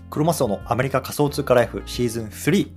クロマスオのアメリカ仮想通貨ライフシーズン3。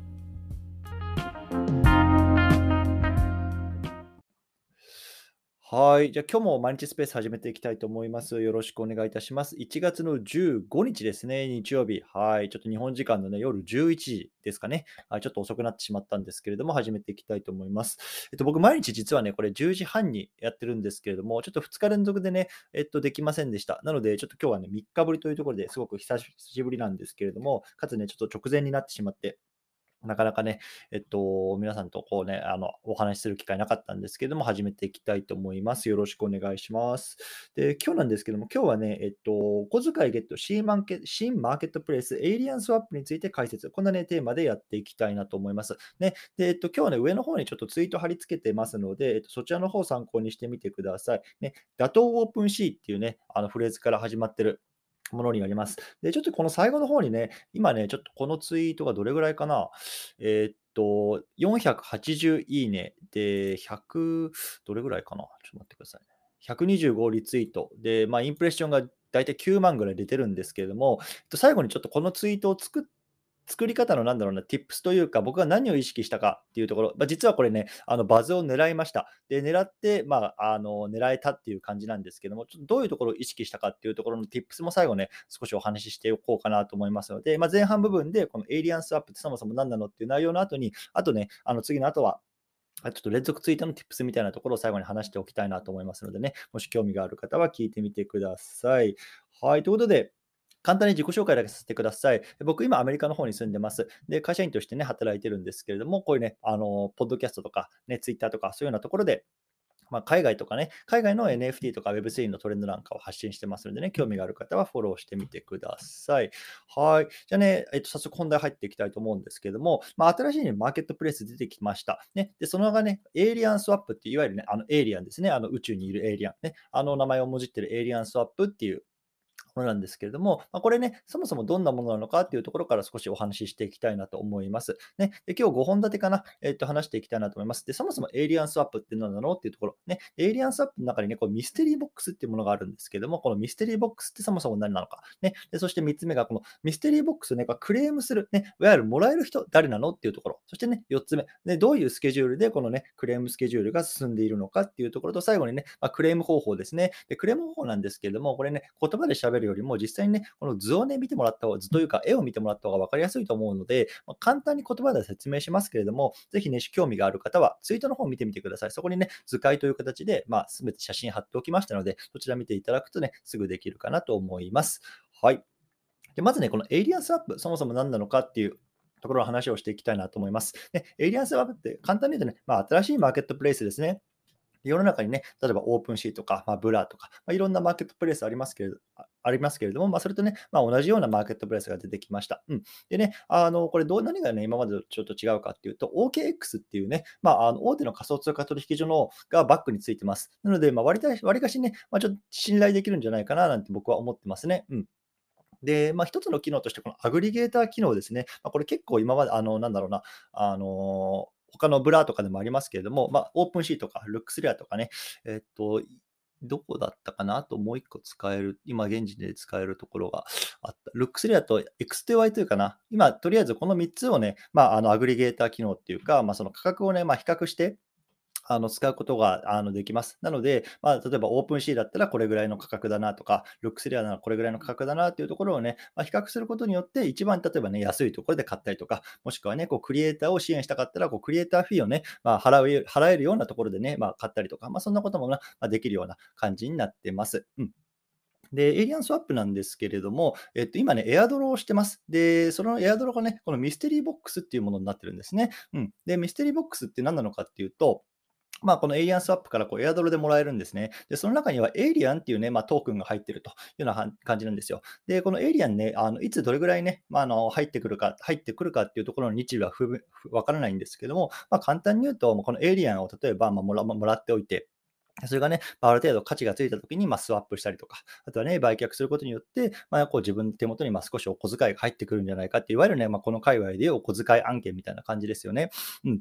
はい。じゃあ今日も毎日スペース始めていきたいと思います。よろしくお願いいたします。1月の15日ですね、日曜日。はい。ちょっと日本時間のね、夜11時ですかね。はい。ちょっと遅くなってしまったんですけれども、始めていきたいと思います。僕、毎日実はね、これ10時半にやってるんですけれども、ちょっと2日連続でね、できませんでした。なので、ちょっと今日はね、3日ぶりというところですごく久しぶりなんですけれども、かつね、ちょっと直前になってしまって、なかなかね、皆さんとこうね、お話しする機会なかったんですけども、始めていきたいと思います。よろしくお願いします。で、今日なんですけども、今日はね、お小遣いゲット、新マーケットプレイス、エイリアンスワップについて解説、こんなね、テーマでやっていきたいなと思います。ね、で、今日はね、上の方にちょっとツイート貼り付けてますので、そちらの方を参考にしてみてください。ね、打倒オープンシーっていうね、フレーズから始まってるものになります。で、ちょっとこの最後の方にね、今ね、ちょっとこのツイートがどれぐらいかな、480いいねで、100、どれぐらいかな、ちょっと待ってくださいね。125リツイートで、インプレッションがだいたい9万ぐらい出てるんですけれども、最後にちょっとこのツイートを作り方のなんだろうな、tips というか、僕が何を意識したかっていうところ、実はこれね、バズを狙いました。で、狙って、狙えたっていう感じなんですけども、ちょっとどういうところを意識したかっていうところの tips も最後ね、少しお話ししておこうかなと思いますので、前半部分でこのエイリアンスアップってそもそも何なのっていう内容の後に、あとね、次の後は、ちょっと連続ツイートの tips みたいなところを最後に話しておきたいなと思いますのでね、もし興味がある方は聞いてみてください。はい、ということで、簡単に自己紹介だけさせてください。僕、今、アメリカの方に住んでます。で、会社員としてね、働いてるんですけれども、こういうね、ポッドキャストとか、ね、ツイッターとか、そういうようなところで、海外とかね、海外の NFT とか Web3 のトレンドなんかを発信してますのでね、興味がある方はフォローしてみてください。はい。じゃあね、早速本題入っていきたいと思うんですけども、新しい、ね、マーケットプレイス出てきました。ね、で、その名がね、エイリアンスワップっていわゆるね、エイリアンですね、宇宙にいるエイリアンね、名前をもじってるエイリアンスワップっていうものなんですけれども、これね、そもそもどんなものなのかっていうところから少しお話ししていきたいなと思います。ね、で今日5本立てかな、話していきたいなと思います。で、そもそもエイリアンスワップって何なのっていうところ、ね、エイリアンスワップの中にね、こうミステリーボックスっていうものがあるんですけども、このミステリーボックスってそもそも何なのか、ね、でそして3つ目がこのミステリーボックスをね、クレームする、ね、いわゆるもらえる人誰なのっていうところ、そしてね、4つ目、ね、どういうスケジュールでこのね、クレームスケジュールが進んでいるのかっていうところと、最後にね、クレーム方法ですね。で、クレーム方法なんですけれども、これね、言葉で喋るよりも実際にね、この図をね、見てもらった方が、図というか絵を見てもらった方が分かりやすいと思うので、簡単に言葉では説明しますけれども、ぜひね、興味がある方はツイートの方を見てみてください。そこにね、図解という形で、すべて写真貼っておきましたので、そちら見ていただくとね、すぐできるかなと思います。はい。でまずね、このエイリアンスワップ、そもそも何なのかっていうところの話をしていきたいなと思います。でエイリアンスワップって簡単に言うとね、新しいマーケットプレイスですね。世の中にね、例えばオープンシーとか、ブラとか、いろんなマーケットプレイスありますけれども、それとね、同じようなマーケットプレイスが出てきました。うん。でね、これ何がね、今までとちょっと違うかっていうと、OKX っていうね、大手の仮想通貨取引所がバックについてます。なので、割かしね、ちょっと信頼できるんじゃないかななんて僕は思ってますね。うん。で、一つの機能として、このアグリゲーター機能ですね。これ結構今まで、なんだろうな、他のブラとかでもありますけれども、オープンシーとか、ルックスレアとかね、えっと、どこだったかなあともう一個使える、今現時点で使えるところがあった。ルックスレアと X2Y2 かな。今、とりあえずこの3つをね、アグリゲーター機能っていうか、その価格をね、比較して、使うことができます。なので、例えばオープンシーだったらこれぐらいの価格だなとか、ルックスレアならこれぐらいの価格だなっていうところをね、比較することによって、一番例えばね、安いところで買ったりとか、もしくはね、こうクリエイターを支援したかったら、こうクリエイターフィーをね、払えるようなところでね、買ったりとか、そんなこともできるような感じになってます。うん。で、エイリアンスワップなんですけれども、今ね、エアドロをしてます。で、そのエアドロがね、このミステリーボックスっていうものになってるんですね。うん。で、ミステリーボックスって何なのかっていうと、このエイリアンスワップからこうエアドロでもらえるんですね。で、その中にはエイリアンっていうね、トークンが入ってるというような感じなんですよ。で、このエイリアンね、いつどれぐらいね、入ってくるかっていうところの日時はわからないんですけども、簡単に言うと、このエイリアンを例えば、もらっておいて、それがね、ある程度価値がついたときに、スワップしたりとか、あとはね、売却することによって、こう自分の手元に少しお小遣いが入ってくるんじゃないかって、いわゆるね、この界隈でいうお小遣い案件みたいな感じですよね。うん。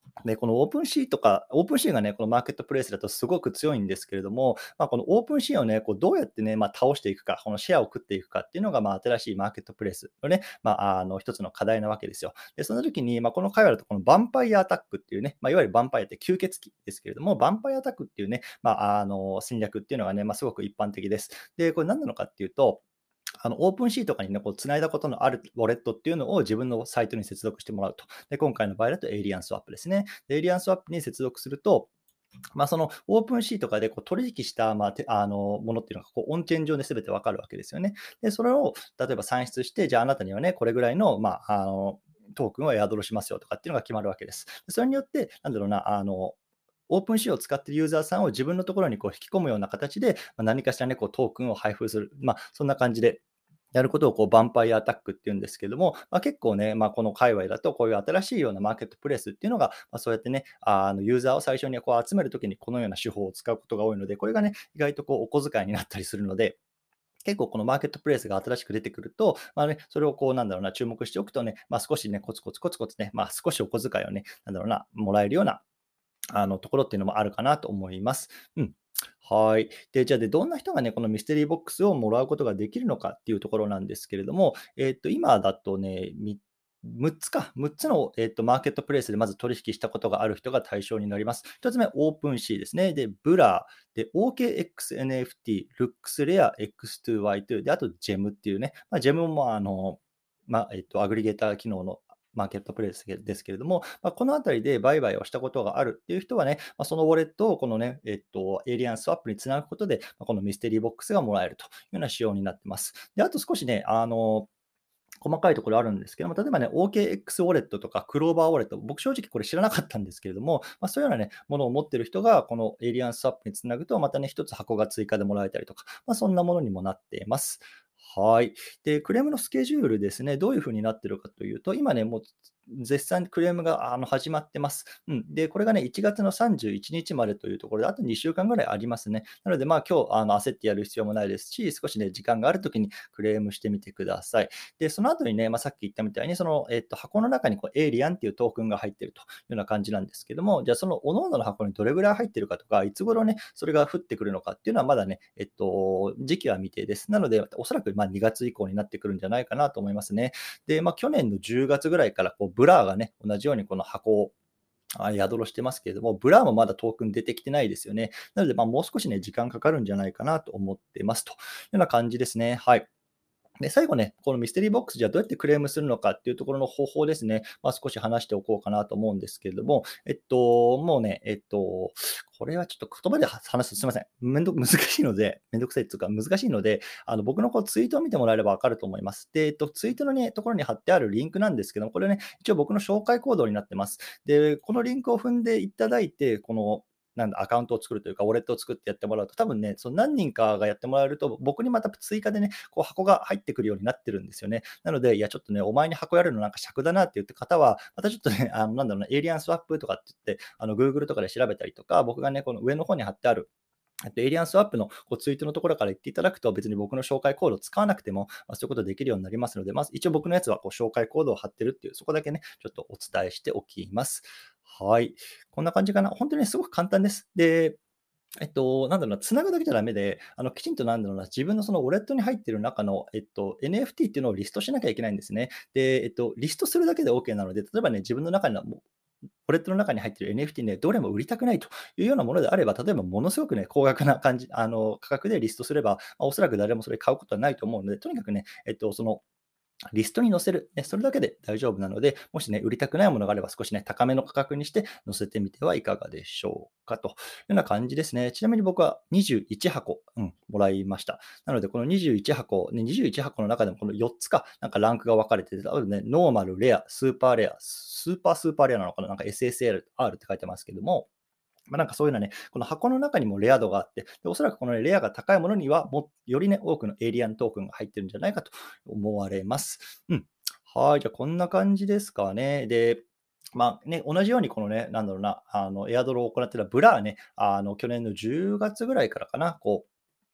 で、このオープンシーとか、オープンシーがね、このマーケットプレイスだとすごく強いんですけれども、このオープンシーをね、こうどうやってね、倒していくか、このシェアを食っていくかっていうのが、新しいマーケットプレイスのね、一つの課題なわけですよ。で、その時に、この会話だと、このヴァンパイアアタックっていうね、いわゆるヴァンパイアって吸血鬼ですけれども、ヴァンパイアアタックっていうね、戦略っていうのがね、すごく一般的です。で、これ何なのかっていうと、オープンシーとかにね、こう繋いだことのあるウォレットっていうのを自分のサイトに接続してもらうと。で、今回の場合だとエイリアンスワップですね。で、エイリアンスワップに接続すると、そのオープンシーとかでこう取引した、ものっていうのがこうオンチェーン上で全てわかるわけですよね。で、それを例えば算出して、じゃああなたにはね、これぐらいの、トークンをエアドロしますよとかっていうのが決まるわけです。でそれによって、なんだろうな、オープンシーを使っているユーザーさんを自分のところにこう引き込むような形で、何かしらね、こうトークンを配布する。そんな感じでやることをこうヴァンパイアアタックっていうんですけども、結構ね、この界隈だとこういう新しいようなマーケットプレイスっていうのが、そうやってね、ユーザーを最初にこう集めるときにこのような手法を使うことが多いので、これがね、意外とこうお小遣いになったりするので、結構このマーケットプレイスが新しく出てくると、それをこうなんだろうな、注目しておくとね、少しね、コツコツコツコツね、少しお小遣いをね、なんだろうな、もらえるようなところっていうのもあるかなと思います。うん。はい。で、じゃあ、どんな人がね、このミステリーボックスをもらうことができるのかっていうところなんですけれども、今だとね、6つか、6つの、マーケットプレイスでまず取引したことがある人が対象になります。1つ目、オープンシーですね。で、ブラー、で、OKXNFT、ルックスレア、X2Y2、で、あと、ジェムっていうね、ジェムも、アグリゲーター機能のマーケットプレイスですけれども、このあたりで売買をしたことがあるっていう人はね、そのウォレットをこのね、エイリアンスワップにつなぐことで、このミステリーボックスがもらえるというような仕様になってます。で、あと少しね、細かいところあるんですけども、例えばね、OKX ウォレットとかクローバーウォレット、僕正直これ知らなかったんですけれども、そういうようなね、ものを持っている人が、このエイリアンスワップにつなぐと、またね、一つ箱が追加でもらえたりとか、そんなものにもなっています。はい。で、クレームのスケジュールですね、どういうふうになっているかというと、今ね、もう絶賛クレームが始まってます。うん。で、これがね、1月の31日までというところで、あと2週間ぐらいありますね。なので、今日焦ってやる必要もないですし、少しね、時間があるときにクレームしてみてください。で、その後にね、さっき言ったみたいに、その、箱の中にこうエイリアンっていうトークンが入っているというような感じなんですけども、じゃあその各々の箱にどれぐらい入っているかとか、いつ頃ね、それが降ってくるのかっていうのはまだね、時期は未定です。なので、おそらく2月以降になってくるんじゃないかなと思いますね。で、去年の10月ぐらいからこうブラーがね、同じようにこの箱を宿ろしてますけれども、ブラーもまだトークン出てきてないですよね。なので、もう少しね、時間かかるんじゃないかなと思ってますというような感じですね。はい。で、最後ね、このミステリーボックスじゃどうやってクレームするのかっていうところの方法ですね、少し話しておこうかなと思うんですけれども、もうね、これはちょっと言葉で話すとすみません。難しいので、めんどくさいっていうか難しいので、僕のこうツイートを見てもらえればわかると思います。で、ツイートのね、ところに貼ってあるリンクなんですけども、これね、一応僕の紹介コードになってます。で、このリンクを踏んでいただいて、このアカウントを作るというか、ウォレットを作ってやってもらうと、多分ね、その何人かがやってもらえると、僕にまた追加でね、こう箱が入ってくるようになってるんですよね。なので、いや、ちょっとね、お前に箱やるのなんか尺だなって言って方は、またちょっとね、エイリアンスワップとかって言って、Google とかで調べたりとか、僕がね、この上の方に貼ってあるエイリアンスワップのこうツイートのところから言っていただくと、別に僕の紹介コードを使わなくても、そういうことできるようになりますので、まず一応僕のやつはこう紹介コードを貼ってるっていう、そこだけね、ちょっとお伝えしておきます。はい。こんな感じかな。本当にね、すごく簡単です。で、なんだろうな、繋ぐだけじゃダメで、きちんとなんだろうな、自分のそのウォレットに入っている中の、NFT っていうのをリストしなきゃいけないんですね。で、リストするだけで OK なので、例えばね、自分の中のウォレットの中に入っている NFT ね、どれも売りたくないというようなものであれば、例えばものすごくね、高額な感じ価格でリストすれば、おそらく誰もそれ買うことはないと思うので、とにかくね、そのリストに載せる、ね、それだけで大丈夫なので、もしね、売りたくないものがあれば少しね、高めの価格にして載せてみてはいかがでしょうかというような感じですね。ちなみに僕は21箱、もらいました。なので、この21箱、ね、21箱の中でもこの4つか、なんかランクが分かれてて、多分ね、ノーマル、レア、スーパーレア、スーパーレアなのかな、なんか SSR って書いてますけども、なんかそういうのはね、この箱の中にもレア度があって、でおそらくこの、ね、レアが高いものにはよりね、多くのエイリアントークンが入ってるんじゃないかと思われます。うん。はい、じゃあこんな感じですかね。で、同じようにこのね、なんだろうな、エアドロを行ってたブラーね、去年の10月ぐらいからかな、こう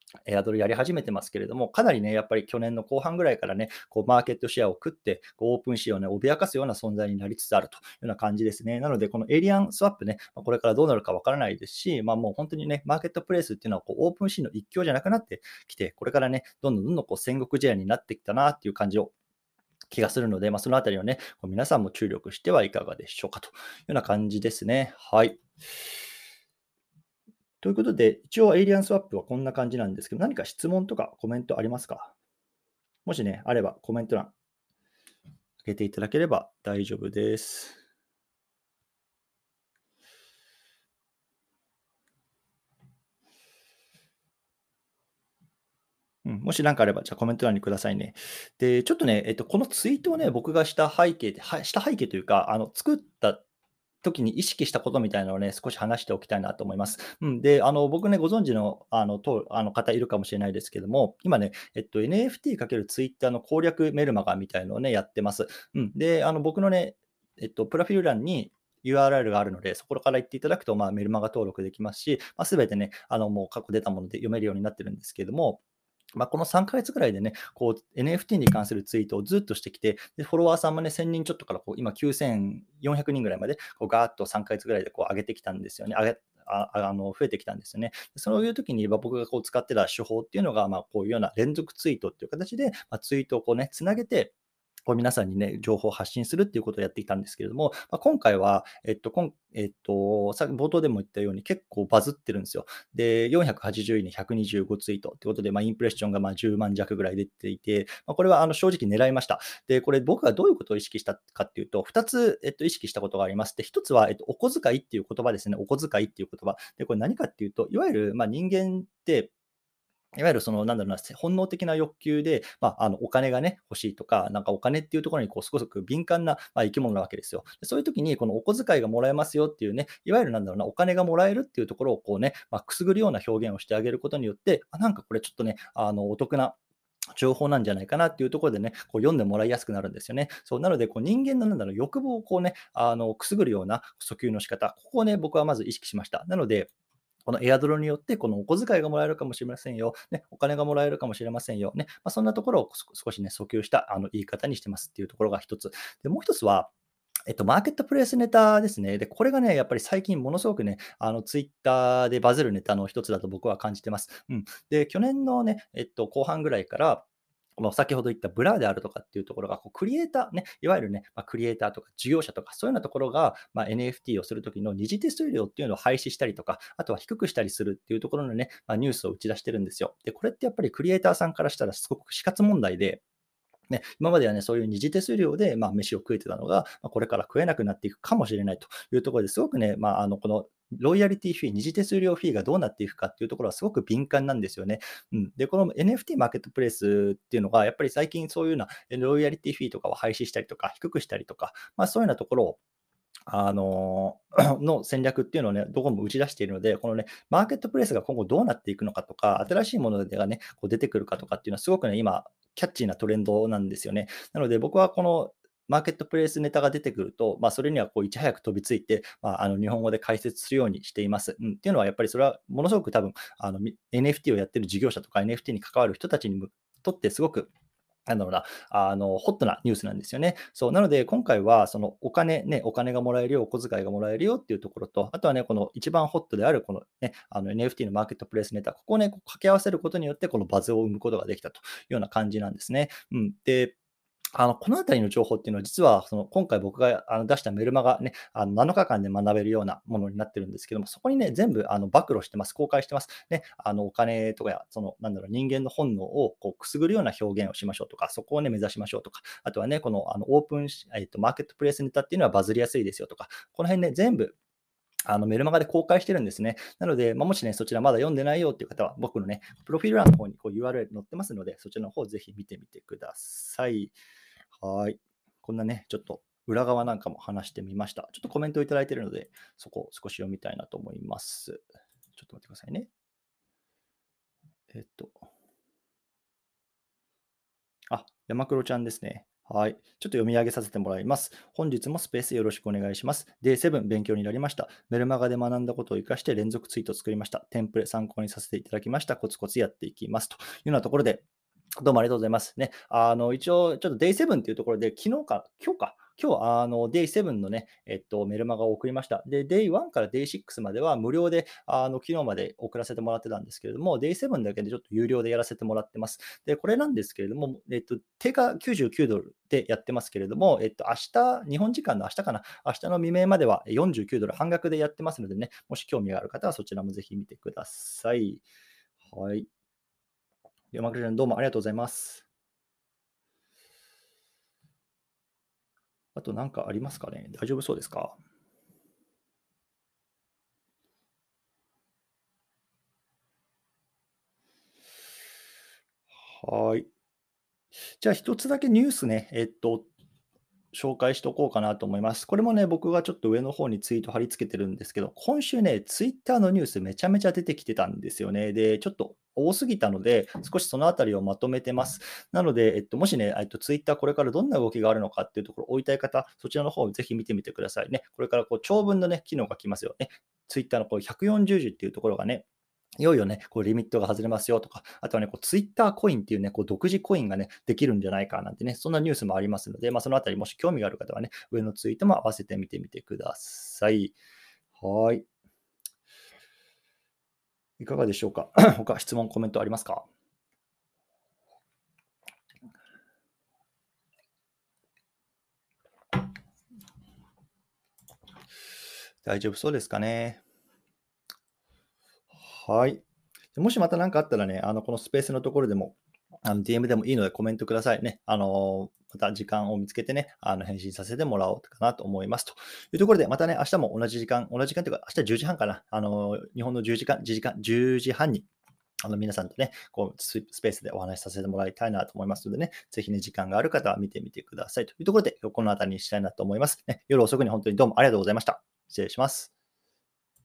エアドルやり始めてますけれども、かなりね、やっぱり去年の後半ぐらいからね、こうマーケットシェアを食って、こうオープンシーをね、脅かすような存在になりつつあるというような感じですね。なので、このエイリアンスワップね、これからどうなるかわからないですし、もう本当にね、マーケットプレイスっていうのはこうオープンシーの一強じゃなくなってきて、これからね、どんどんこう戦国時代になってきたなっていう感じを気がするので、そのあたりをね、こう皆さんも注力してはいかがでしょうかというような感じですね。はい。ということで、一応エイリアンスワップはこんな感じなんですけど、何か質問とかコメントありますか？もしね、あればコメント欄開けていただければ大丈夫です。もし何かあれば、じゃあコメント欄にくださいね。で、ちょっとね、このツイートをね、僕がした背景で、した背景というか、作った時に意識したことみたいなのをね、少し話しておきたいなと思います。で、僕ね、ご存知の、方いるかもしれないですけども、今ね、NFT× ツイッターの攻略メルマガみたいのをね、やってます。で、僕のね、プロフィール欄に URL があるので、そこから行っていただくと、メルマガ登録できますし、すべてね、もう過去出たもので読めるようになってるんですけれども、この3ヶ月ぐらいでね、こう NFT に関するツイートをずっとしてきて、で、フォロワーさんもね、1000人ちょっとからこう今9400人ぐらいまで、こうガーッと3ヶ月ぐらいでこう上げてきたんですよね。増えてきたんですよね。そういう時に僕がこう使ってた手法っていうのが、こういうような連続ツイートっていう形で、ツイートをこうね、つなげて、こう皆さんにね、情報を発信するっていうことをやってきたんですけれども、今回は、冒頭でも言ったように結構バズってるんですよ。で、480いいね、125ツイートってことで、インプレッションが10万弱ぐらい出ていて、これは正直狙いました。で、これ僕がどういうことを意識したかっていうと、2つ、意識したことがあります。で、1つは、お小遣いっていう言葉ですね。お小遣いっていう言葉。で、これ何かっていうと、いわゆる、人間っていわゆるその、なんだろうな、本能的な欲求で、お金がね、欲しいとか、なんかお金っていうところにこうすごく敏感な、生き物なわけですよ。でそういう時に、このお小遣いがもらえますよっていうね、いわゆるなんだろうな、お金がもらえるっていうところをこうね、くすぐるような表現をしてあげることによって、なんかこれちょっとね、お得な情報なんじゃないかなっていうところでね、こう読んでもらいやすくなるんですよね。そう、なので、こう人間のなんだろう、欲望をこうね、くすぐるような訴求の仕方、ここをね、僕はまず意識しました。なので、このエアドロによって、このお小遣いがもらえるかもしれませんよ。ね、お金がもらえるかもしれませんよ。ね、そんなところを少しね、訴求した言い方にしてますっていうところが一つ。で、もう一つは、マーケットプレイスネタですね。で、これがね、やっぱり最近ものすごくね、ツイッターでバズるネタの一つだと僕は感じてます。で、去年のね、後半ぐらいから、先ほど言ったブラであるとかっていうところが、こうクリエイターね、いわゆるね、クリエイターとか事業者とか、そういうようなところが、NFT をするときの二次手数料っていうのを廃止したりとか、あとは低くしたりするっていうところのね、ニュースを打ち出してるんですよ。で、これってやっぱりクリエイターさんからしたらすごく死活問題で、ね、今まではね、そういう二次手数料で、飯を食えてたのが、これから食えなくなっていくかもしれないというところですごくね、このロイヤリティフィー、二次手数料フィーがどうなっていくかっていうところはすごく敏感なんですよね。で、この NFT マーケットプレイスっていうのが、やっぱり最近そういうようなロイヤリティフィーとかを廃止したりとか、低くしたりとか、そういうようなところをの戦略っていうのをね、どこも打ち出しているので、このね、マーケットプレイスが今後どうなっていくのかとか、新しいものがね、こう出てくるかとかっていうのはすごくね、今、キャッチーなトレンドなんですよね。なので僕はこのマーケットプレイスネタが出てくると、それにはこういち早く飛びついて、日本語で解説するようにしています。っていうのはやっぱりそれはものすごく多分、NFT をやってる事業者とか NFT に関わる人たちにとってすごくなんだろうな、ホットなニュースなんですよね。そう、なので今回はそのお金がもらえるよ、お小遣いがもらえるよっていうところと、あとはね、この一番ホットであるこのね、NFT のマーケットプレイスネタ、ここをね、こう掛け合わせることによって、このバズを生むことができたというような感じなんですね。で、このあたりの情報っていうのは、実はその今回僕が出したメルマガね、7日間で学べるようなものになってるんですけども、そこにね、全部暴露してます、公開してます。ね、お金とか、その、なんだろう、人間の本能をこうくすぐるような表現をしましょうとか、そこをね、目指しましょうとか、あとはね、このオープンし、マーケットプレイスネタっていうのはバズりやすいですよとか、この辺ね、全部メルマガで公開してるんですね。なので、もしね、そちらまだ読んでないよっていう方は、僕のね、プロフィール欄の方にこう URL 載ってますので、そちらの方ぜひ見てみてください。はい。こんなね、ちょっと裏側なんかも話してみました。ちょっとコメントをいただいているので、そこを少し読みたいなと思います。ちょっと待ってくださいね。えっと、山黒ちゃんですね。 はい。ちょっと読み上げさせてもらいます。本日もスペースよろしくお願いします。Day7 勉強になりました。メルマガで学んだことを活かして連続ツイートを作りました。テンプレ参考にさせていただきました。コツコツやっていきます。というようなところで、どうもありがとうございますね。一応、ちょっと Day7 っていうところで、今日、Day7 のね、メルマガを送りました。で、Day1 から Day6 までは無料で、昨日まで送らせてもらってたんですけれども、Day7 だけでちょっと有料でやらせてもらってます。で、これなんですけれども、定価$99でやってますけれども、日本時間の明日かな、明日の未明までは$49半額でやってますのでね、もし興味がある方はそちらもぜひ見てください。はい。山倉さん、どうもありがとうございます。あと何かありますかね？大丈夫そうですか？はい。じゃあ一つだけニュースね、紹介しておこうかなと思います。これもね、僕がちょっと上の方にツイート貼り付けてるんですけど、今週ね、ツイッターのニュースめちゃめちゃ出てきてたんですよね。で、ちょっと多すぎたので、少しそのあたりをまとめてます。なので、もしね、ツイッターこれからどんな動きがあるのかっていうところを追いたい方、そちらの方をぜひ見てみてくださいね。これからこう長文のね、機能が来ますよね。ツイッターのこう140字っていうところがね、いよいよね、こうリミットが外れますよとか、あとはね、こうツイッターコインっていうね、こう独自コインがね、できるんじゃないかなんてね、そんなニュースもありますので、そのあたりもし興味がある方はね、上のツイートも合わせて見てみてください。はい。いかがでしょうか？他質問、コメントありますか？大丈夫そうですかね。はい。もしまた何かあったらね、このスペースのところでも、DM でもいいのでコメントくださいね。また時間を見つけてね、返信させてもらおうかなと思いますというところで、またね、明日も同じ時間というか、明日10時半かな、日本の10時半に、皆さんとね、こうスペースでお話しさせてもらいたいなと思いますのでね、ぜひね、時間がある方は見てみてくださいというところで、今日この辺りにしたいなと思います。ね、夜遅くに本当にどうもありがとうございました。失礼します。